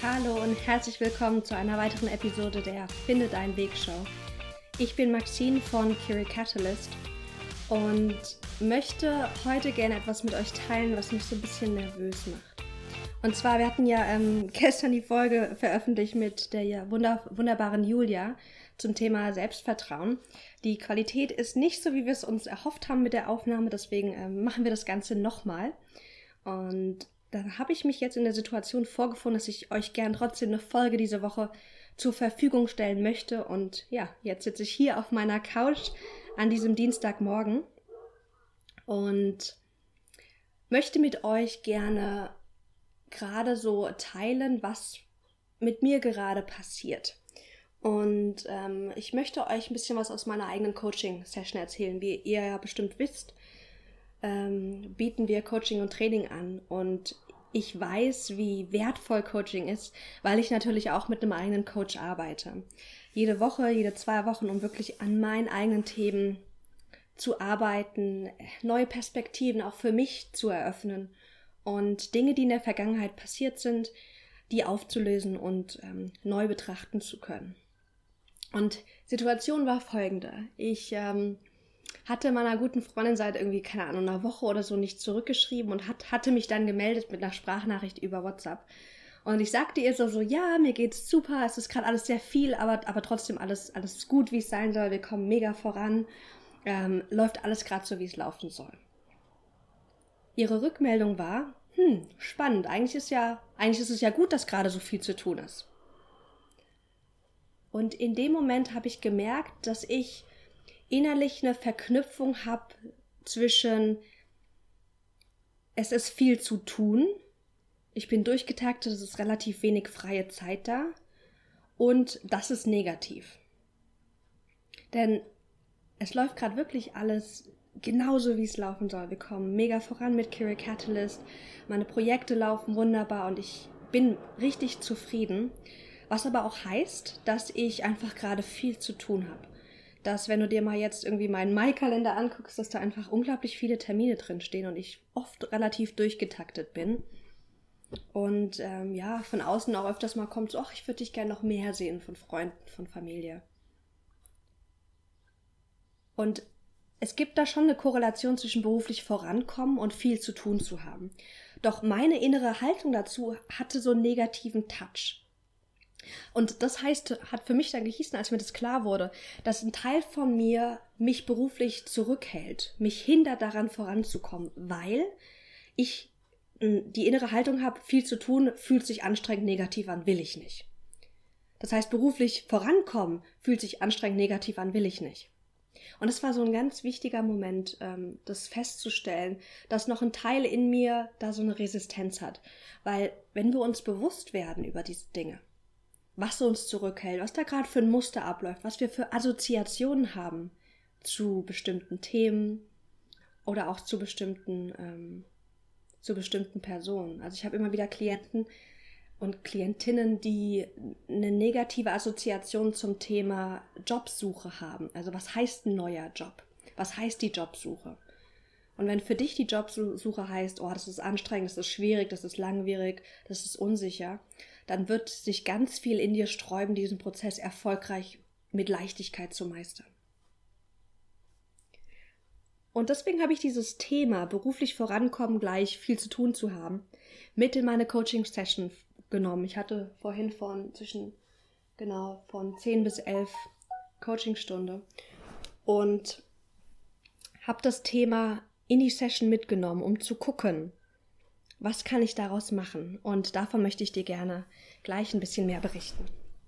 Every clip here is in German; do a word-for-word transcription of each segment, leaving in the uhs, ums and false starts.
Hallo und herzlich willkommen zu einer weiteren Episode der Finde deinen Weg Show. Ich bin Maxine von Curious Catalyst und möchte heute gerne etwas mit euch teilen, was mich so ein bisschen nervös macht. Und zwar, wir hatten ja ähm, gestern die Folge veröffentlicht mit der ja wunder- wunderbaren Julia zum Thema Selbstvertrauen. Die Qualität ist nicht so, wie wir es uns erhofft haben mit der Aufnahme, deswegen ähm, machen wir das Ganze nochmal. Und dann habe ich mich jetzt in der Situation vorgefunden, dass ich euch gern trotzdem eine Folge diese Woche zur Verfügung stellen möchte. Und ja, jetzt sitze ich hier auf meiner Couch an diesem Dienstagmorgen und möchte mit euch gerne gerade so teilen, was mit mir gerade passiert. Und ähm, ich möchte euch ein bisschen was aus meiner eigenen Coaching-Session erzählen. Wie ihr ja bestimmt wisst, ähm, bieten wir Coaching und Training an. Und ich weiß, wie wertvoll Coaching ist, weil ich natürlich auch mit einem eigenen Coach arbeite. Jede Woche, jede zwei Wochen, um wirklich an meinen eigenen Themen zu arbeiten, neue Perspektiven auch für mich zu eröffnen und Dinge, die in der Vergangenheit passiert sind, die aufzulösen und ähm, neu betrachten zu können. Und Situation war folgende. Ich ähm, hatte meiner guten Freundin seit irgendwie, keine Ahnung, einer Woche oder so nicht zurückgeschrieben und hat, hatte mich dann gemeldet mit einer Sprachnachricht über WhatsApp. Und ich sagte ihr so, so ja, mir geht's super, es ist gerade alles sehr viel, aber, aber trotzdem alles, alles gut, wie es sein soll. Wir kommen mega voran, ähm, läuft alles gerade so, wie es laufen soll. Ihre Rückmeldung war, hm, spannend, eigentlich ist ja, eigentlich ist es ja gut, dass gerade so viel zu tun ist. Und in dem Moment habe ich gemerkt, dass ich innerlich eine Verknüpfung habe zwischen es ist viel zu tun, ich bin durchgetaktet, es ist relativ wenig freie Zeit da und das ist negativ. Denn es läuft gerade wirklich alles genauso, wie es laufen soll. Wir kommen mega voran mit Curious Catalyst, meine Projekte laufen wunderbar und ich bin richtig zufrieden, was aber auch heißt, dass ich einfach gerade viel zu tun habe. Dass, wenn du dir mal jetzt irgendwie meinen Mai-Kalender anguckst, dass da einfach unglaublich viele Termine drin stehen und ich oft relativ durchgetaktet bin. Und ähm, ja, von außen auch öfters mal kommt so, ach, ich würde dich gerne noch mehr sehen von Freunden, von Familie. Und es gibt da schon eine Korrelation zwischen beruflich vorankommen und viel zu tun zu haben. Doch meine innere Haltung dazu hatte so einen negativen Touch. Und das heißt, hat für mich dann gehießen, als mir das klar wurde, dass ein Teil von mir mich beruflich zurückhält, mich hindert daran voranzukommen, weil ich die innere Haltung habe, viel zu tun, fühlt sich anstrengend negativ an, will ich nicht. Das heißt, beruflich vorankommen fühlt sich anstrengend negativ an, will ich nicht. Und es war so ein ganz wichtiger Moment, ähm, das festzustellen, dass noch ein Teil in mir da so eine Resistenz hat. Weil wenn wir uns bewusst werden über diese Dinge, was uns zurückhält, was da gerade für ein Muster abläuft, was wir für Assoziationen haben zu bestimmten Themen oder auch zu bestimmten, ähm, zu bestimmten Personen. Also ich habe immer wieder Klienten und Klientinnen, die eine negative Assoziation zum Thema Jobsuche haben. Also was heißt ein neuer Job? Was heißt die Jobsuche? Und wenn für dich die Jobsuche heißt, oh, das ist anstrengend, das ist schwierig, das ist langwierig, das ist unsicher, dann wird sich ganz viel in dir sträuben, diesen Prozess erfolgreich mit Leichtigkeit zu meistern. Und deswegen habe ich dieses Thema, beruflich vorankommen gleich viel zu tun zu haben, mit in meine Coaching-Session genommen. Ich hatte vorhin von zwischen, genau, von zehn bis elf Coachingstunde und habe das Thema in die Session mitgenommen, um zu gucken, was kann ich daraus machen? Und davon möchte ich dir gerne gleich ein bisschen mehr berichten.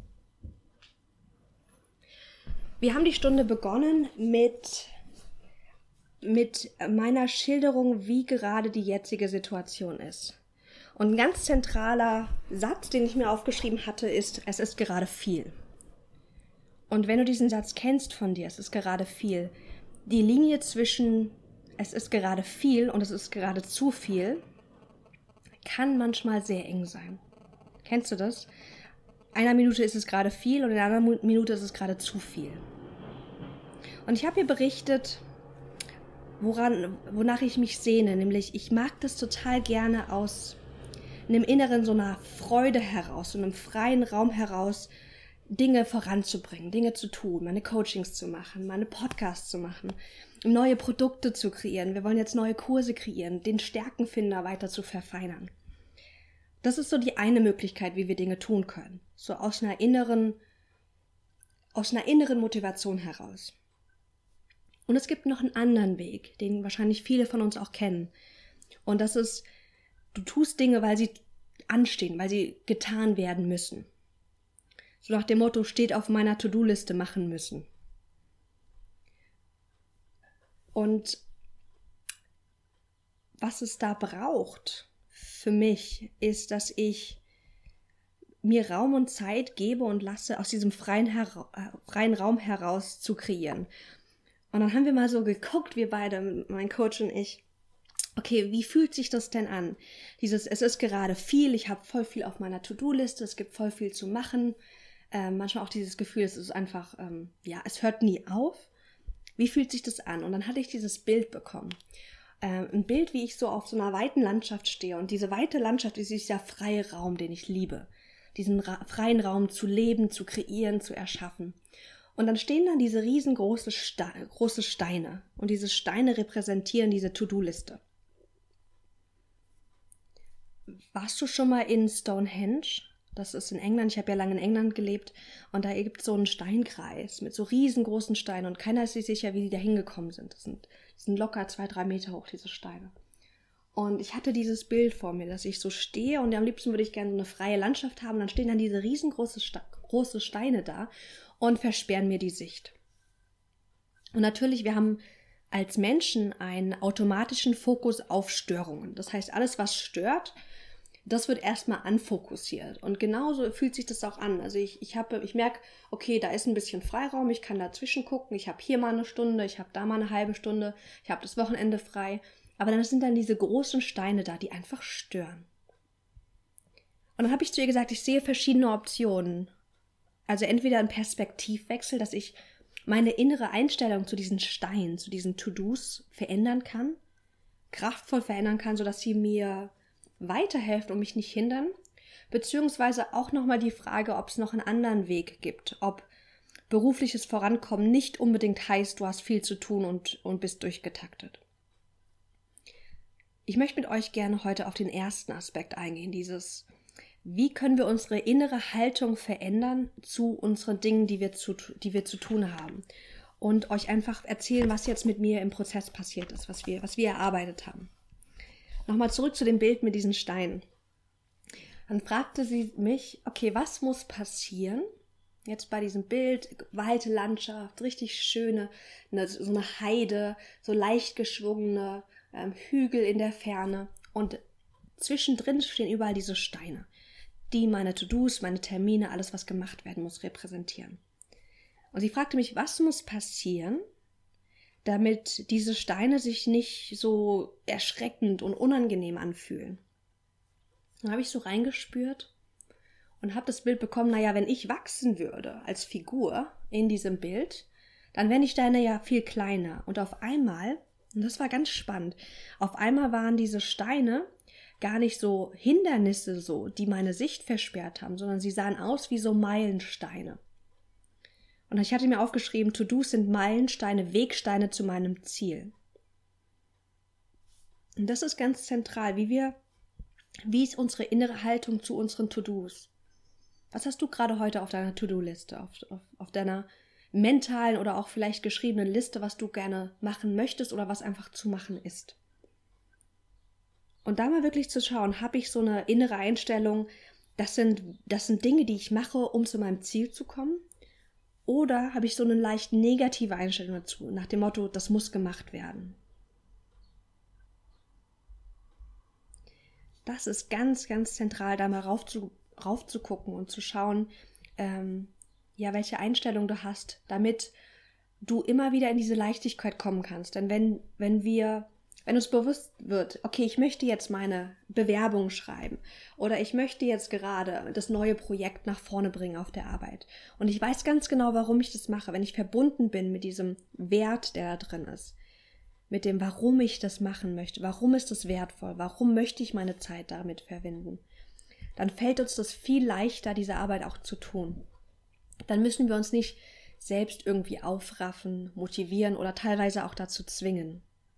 Wir haben die Stunde begonnen mit, mit meiner Schilderung, wie gerade die jetzige Situation ist. Und ein ganz zentraler Satz, den ich mir aufgeschrieben hatte, ist, es ist gerade viel. Und wenn du diesen Satz kennst von dir, es ist gerade viel, die Linie zwischen es ist gerade viel und es ist gerade zu viel, kann manchmal sehr eng sein. Kennst du das? Einer Minute ist es gerade viel und in einer anderen Minute ist es gerade zu viel. Und ich habe hier berichtet, woran, wonach ich mich sehne, nämlich ich mag das total gerne aus in dem Inneren so einer Freude heraus, so einem freien Raum heraus, Dinge voranzubringen, Dinge zu tun, meine Coachings zu machen, meine Podcasts zu machen, neue Produkte zu kreieren. Wir wollen jetzt neue Kurse kreieren, den Stärkenfinder weiter zu verfeinern. Das ist so die eine Möglichkeit, wie wir Dinge tun können. So aus einer inneren, aus einer inneren Motivation heraus. Und es gibt noch einen anderen Weg, den wahrscheinlich viele von uns auch kennen. Und das ist, du tust Dinge, weil sie anstehen, weil sie getan werden müssen. So nach dem Motto, steht auf meiner To-Do-Liste machen müssen. Und was es da braucht für mich, ist, dass ich mir Raum und Zeit gebe und lasse, aus diesem freien, Hera- äh, freien Raum heraus zu kreieren. Und dann haben wir mal so geguckt, wir beide, mein Coach und ich, okay, wie fühlt sich das denn an? Dieses, es ist gerade viel, ich habe voll viel auf meiner To-Do-Liste, es gibt voll viel zu machen. Ähm, manchmal auch dieses Gefühl, es ist einfach, ähm, ja, es hört nie auf. Wie fühlt sich das an? Und dann hatte ich dieses Bild bekommen. Ähm, ein Bild, wie ich so auf so einer weiten Landschaft stehe. Und diese weite Landschaft ist dieser freie Raum, den ich liebe. Diesen Ra- freien Raum zu leben, zu kreieren, zu erschaffen. Und dann stehen da diese riesengroße Ste- große Steine. Und diese Steine repräsentieren diese To-Do-Liste. Warst du schon mal in Stonehenge? Das ist in England, ich habe ja lange in England gelebt und da gibt es so einen Steinkreis mit so riesengroßen Steinen und keiner ist sich sicher, wie die da hingekommen sind. Das sind, die sind locker zwei, drei Meter hoch, diese Steine. Und ich hatte dieses Bild vor mir, dass ich so stehe und am liebsten würde ich gerne so eine freie Landschaft haben. Dann stehen dann diese riesengroße Ste- große Steine da und versperren mir die Sicht. Und natürlich, wir haben als Menschen einen automatischen Fokus auf Störungen. Das heißt, alles, was stört, das wird erstmal anfokussiert. Und genauso fühlt sich das auch an. Also ich, ich, habe, ich merke, okay, da ist ein bisschen Freiraum, ich kann dazwischen gucken, ich habe hier mal eine Stunde, ich habe da mal eine halbe Stunde, ich habe das Wochenende frei. Aber dann sind dann diese großen Steine da, die einfach stören. Und dann habe ich zu ihr gesagt, ich sehe verschiedene Optionen. Also entweder ein Perspektivwechsel, dass ich meine innere Einstellung zu diesen Steinen, zu diesen To-Dos verändern kann, kraftvoll verändern kann, sodass sie mir weiterhelfen und mich nicht hindern, beziehungsweise auch nochmal die Frage, ob es noch einen anderen Weg gibt, ob berufliches Vorankommen nicht unbedingt heißt, du hast viel zu tun und, und bist durchgetaktet. Ich möchte mit euch gerne heute auf den ersten Aspekt eingehen, dieses, wie können wir unsere innere Haltung verändern zu unseren Dingen, die wir zu, die wir zu tun haben und euch einfach erzählen, was jetzt mit mir im Prozess passiert ist, was wir, was wir erarbeitet haben. Nochmal zurück zu dem Bild mit diesen Steinen. Dann fragte sie mich, okay, was muss passieren? Jetzt bei diesem Bild, weite Landschaft, richtig schöne, eine, so eine Heide, so leicht geschwungene ähm, Hügel in der Ferne. Und zwischendrin stehen überall diese Steine, die meine To-Dos, meine Termine, alles, was gemacht werden muss, repräsentieren. Und sie fragte mich, was muss passieren, damit diese Steine sich nicht so erschreckend und unangenehm anfühlen. Dann habe ich so reingespürt und habe das Bild bekommen, naja, wenn ich wachsen würde als Figur in diesem Bild, dann wären die Steine ja viel kleiner. Und auf einmal, und das war ganz spannend, auf einmal waren diese Steine gar nicht so Hindernisse, so, die meine Sicht versperrt haben, sondern sie sahen aus wie so Meilensteine. Und ich hatte mir aufgeschrieben, To-Dos sind Meilensteine, Wegsteine zu meinem Ziel. Und das ist ganz zentral, wie wir, wie ist unsere innere Haltung zu unseren To-Dos? Was hast du gerade heute auf deiner To-Do-Liste, auf, auf, auf deiner mentalen oder auch vielleicht geschriebenen Liste, was du gerne machen möchtest oder was einfach zu machen ist? Und da mal wirklich zu schauen, habe ich so eine innere Einstellung, das sind, das sind Dinge, die ich mache, um zu meinem Ziel zu kommen? Oder habe ich so eine leicht negative Einstellung dazu, nach dem Motto, das muss gemacht werden? Das ist ganz, ganz zentral, da mal rauf zu, rauf zu gucken und zu schauen, ähm, ja, welche Einstellung du hast, damit du immer wieder in diese Leichtigkeit kommen kannst. Denn wenn, wenn wir, wenn uns bewusst wird, okay, ich möchte jetzt meine Bewerbung schreiben oder ich möchte jetzt gerade das neue Projekt nach vorne bringen auf der Arbeit und ich weiß ganz genau, warum ich das mache, wenn ich verbunden bin mit diesem Wert, der da drin ist, mit dem, warum ich das machen möchte, warum ist das wertvoll, warum möchte ich meine Zeit damit verwenden, dann fällt uns das viel leichter, diese Arbeit auch zu tun. Dann müssen wir uns nicht selbst irgendwie aufraffen, motivieren oder teilweise auch dazu zwingen.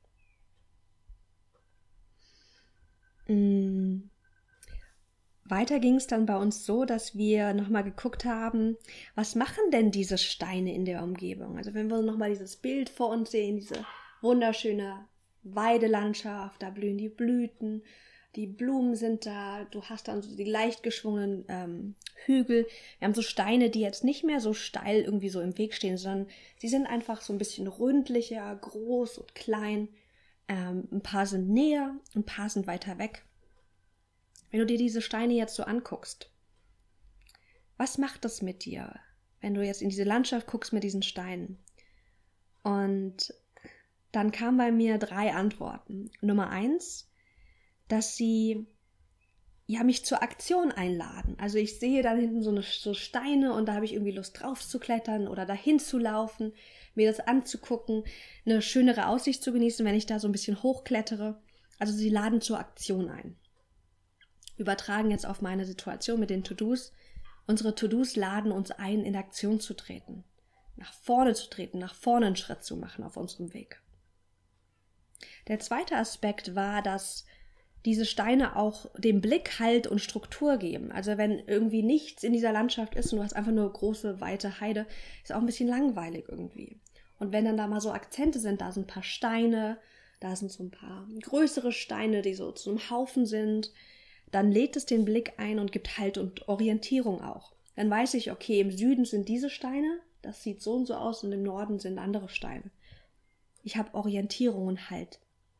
Mm. Weiter ging es dann bei uns so, dass wir nochmal geguckt haben, was machen denn diese Steine in der Umgebung? Also wenn wir nochmal dieses Bild vor uns sehen, diese wunderschöne Weidelandschaft, da blühen die Blüten, die Blumen sind da, du hast dann so die leicht geschwungenen ähm, Hügel. Wir haben so Steine, die jetzt nicht mehr so steil irgendwie so im Weg stehen, sondern sie sind einfach so ein bisschen ründlicher, groß und klein. Ähm, ein paar sind näher, ein paar sind weiter weg. Wenn du dir diese Steine jetzt so anguckst, was macht das mit dir, wenn du jetzt in diese Landschaft guckst mit diesen Steinen? Und dann kamen bei mir drei Antworten. Nummer eins, dass sie ja mich zur Aktion einladen. Also ich sehe dann hinten so, eine, so Steine und da habe ich irgendwie Lust drauf zu klettern oder dahin zu laufen, mir das anzugucken, eine schönere Aussicht zu genießen, wenn ich da so ein bisschen hochklettere. Also sie laden zur Aktion ein. Übertragen jetzt auf meine Situation mit den To-Dos. Unsere To-Dos laden uns ein, in Aktion zu treten, nach vorne zu treten, nach vorne einen Schritt zu machen auf unserem Weg. Der zweite Aspekt war, dass diese Steine auch dem Blick Halt und Struktur geben. Also wenn irgendwie nichts in dieser Landschaft ist und du hast einfach nur große, weite Heide, ist auch ein bisschen langweilig irgendwie. Und wenn dann da mal so Akzente sind, da sind ein paar Steine, da sind so ein paar größere Steine, die so zu einem Haufen sind, dann lädt es den Blick ein und gibt Halt und Orientierung auch. Dann weiß ich, okay, im Süden sind diese Steine, das sieht so und so aus und im Norden sind andere Steine. Ich habe Orientierung und Halt.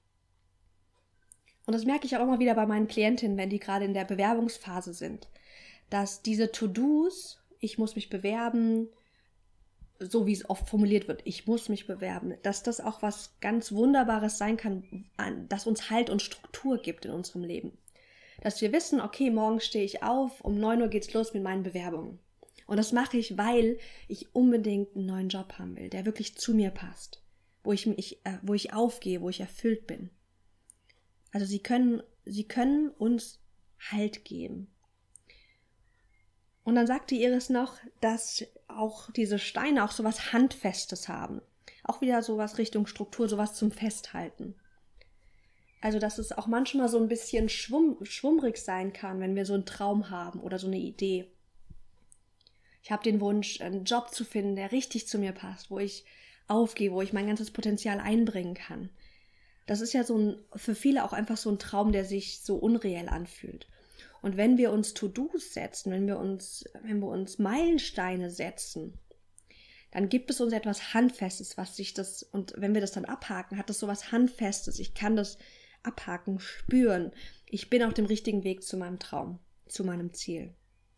Und das merke ich auch immer wieder bei meinen Klientinnen, wenn die gerade in der Bewerbungsphase sind, dass diese To-Dos, ich muss mich bewerben, so wie es oft formuliert wird, ich muss mich bewerben, dass das auch was ganz Wunderbares sein kann, das uns Halt und Struktur gibt in unserem Leben. Dass wir wissen, okay, morgen stehe ich auf, um neun Uhr geht's los mit meinen Bewerbungen. Und das mache ich, weil ich unbedingt einen neuen Job haben will, der wirklich zu mir passt, wo ich mich, äh, wo ich aufgehe, wo ich erfüllt bin. Also sie können, sie können uns Halt geben. Und dann sagte Iris noch, dass auch diese Steine auch sowas Handfestes haben. Auch wieder sowas Richtung Struktur, sowas zum Festhalten. Also, dass es auch manchmal so ein bisschen schwumm, schwummrig sein kann, wenn wir so einen Traum haben oder so eine Idee. Ich habe den Wunsch, einen Job zu finden, der richtig zu mir passt, wo ich aufgehe, wo ich mein ganzes Potenzial einbringen kann. Das ist ja so ein, für viele auch einfach so ein Traum, der sich so unreell anfühlt. Und wenn wir uns To-Dos setzen, wenn wir uns, wenn wir uns Meilensteine setzen, dann gibt es uns etwas Handfestes, was sich das, und wenn wir das dann abhaken, hat das so was Handfestes. Ich kann das abhaken, spüren. Ich bin auf dem richtigen Weg zu meinem Traum, zu meinem Ziel.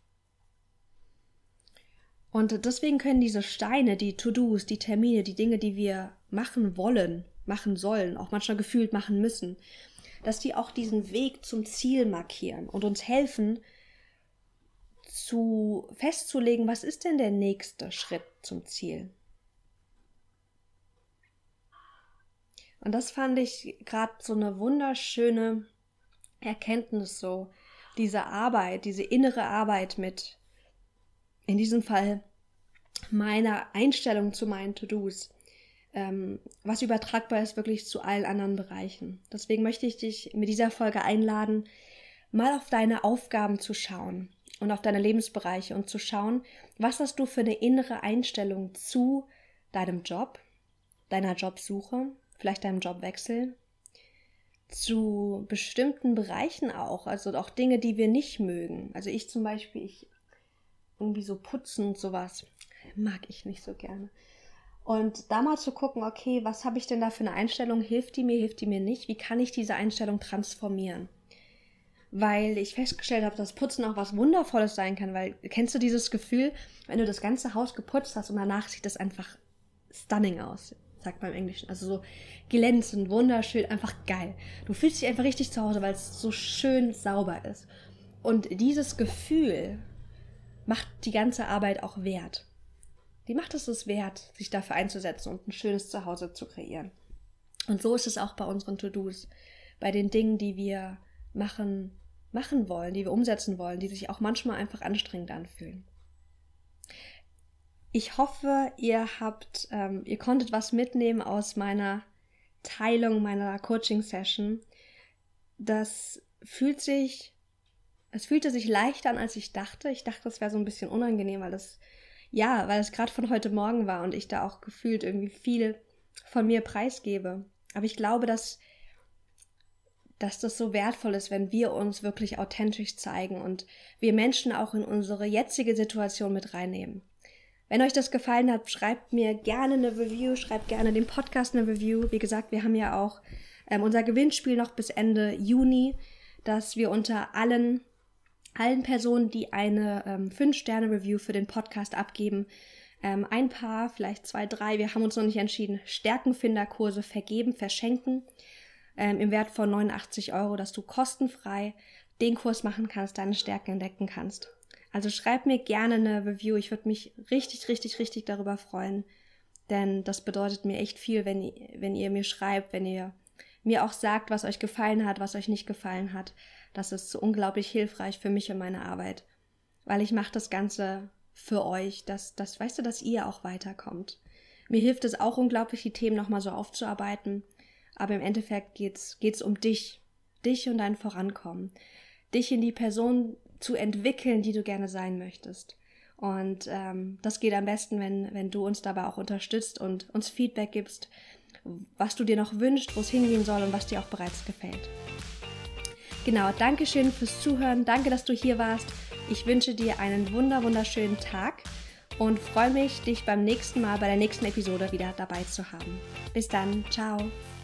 Und deswegen können diese Steine, die To-Dos, die Termine, die Dinge, die wir machen wollen, machen sollen, auch manchmal gefühlt machen müssen, dass die auch diesen Weg zum Ziel markieren und uns helfen, zu festzulegen, was ist denn der nächste Schritt zum Ziel. Und das fand ich gerade so eine wunderschöne Erkenntnis, so diese Arbeit, diese innere Arbeit mit, in diesem Fall, meiner Einstellung zu meinen To-Dos, ähm, was übertragbar ist wirklich zu allen anderen Bereichen. Deswegen möchte ich dich mit dieser Folge einladen, mal auf deine Aufgaben zu schauen und auf deine Lebensbereiche und zu schauen, was hast du für eine innere Einstellung zu deinem Job, deiner Jobsuche, vielleicht deinem Jobwechsel, zu bestimmten Bereichen auch, also auch Dinge, die wir nicht mögen. Also ich zum Beispiel, ich irgendwie so putzen und sowas, mag ich nicht so gerne. Und da mal zu gucken, okay, was habe ich denn da für eine Einstellung, hilft die mir, hilft die mir nicht, wie kann ich diese Einstellung transformieren? Weil ich festgestellt habe, dass Putzen auch was Wundervolles sein kann, weil kennst du dieses Gefühl, wenn du das ganze Haus geputzt hast und danach sieht das einfach stunning aus, sagt man im Englischen, also so glänzend, wunderschön, einfach geil. Du fühlst dich einfach richtig zu Hause, weil es so schön sauber ist. Und dieses Gefühl macht die ganze Arbeit auch wert. Die macht es es wert, sich dafür einzusetzen und ein schönes Zuhause zu kreieren. Und so ist es auch bei unseren To-Dos, bei den Dingen, die wir machen machen wollen, die wir umsetzen wollen, die sich auch manchmal einfach anstrengend anfühlen. Ich hoffe, ihr habt, ähm, ihr konntet was mitnehmen aus meiner Teilung, meiner Coaching-Session. Das fühlt sich, es fühlte sich leichter an, als ich dachte. Ich dachte, das wäre so ein bisschen unangenehm, weil das, ja, weil es gerade von heute Morgen war und ich da auch gefühlt irgendwie viel von mir preisgebe. Aber ich glaube, dass, dass das so wertvoll ist, wenn wir uns wirklich authentisch zeigen und wir Menschen auch in unsere jetzige Situation mit reinnehmen. Wenn euch das gefallen hat, schreibt mir gerne eine Review, schreibt gerne dem Podcast eine Review. Wie gesagt, wir haben ja auch ähm, unser Gewinnspiel noch bis Ende Juni, dass wir unter allen, allen Personen, die eine ähm, fünf Sterne Review für den Podcast abgeben, ähm, ein paar, vielleicht zwei, drei, wir haben uns noch nicht entschieden, Stärkenfinderkurse vergeben, verschenken, ähm, im Wert von neunundachtzig Euro, dass du kostenfrei den Kurs machen kannst, deine Stärken entdecken kannst. Also schreibt mir gerne eine Review, ich würde mich richtig, richtig, richtig darüber freuen, denn das bedeutet mir echt viel, wenn ihr, wenn ihr mir schreibt, wenn ihr mir auch sagt, was euch gefallen hat, was euch nicht gefallen hat. Das ist so unglaublich hilfreich für mich und meine Arbeit, weil ich mache das Ganze für euch, dass, dass, weißt du, dass ihr auch weiterkommt. Mir hilft es auch unglaublich, die Themen nochmal so aufzuarbeiten, aber im Endeffekt geht's, geht's um dich, dich und dein Vorankommen, dich in die Person zu entwickeln, die du gerne sein möchtest. Und ähm, das geht am besten, wenn, wenn du uns dabei auch unterstützt und uns Feedback gibst, was du dir noch wünschst, wo es hingehen soll und was dir auch bereits gefällt. Genau, danke schön fürs Zuhören, danke, dass du hier warst. Ich wünsche dir einen wunder, wunderschönen Tag und freue mich, dich beim nächsten Mal, bei der nächsten Episode wieder dabei zu haben. Bis dann, ciao.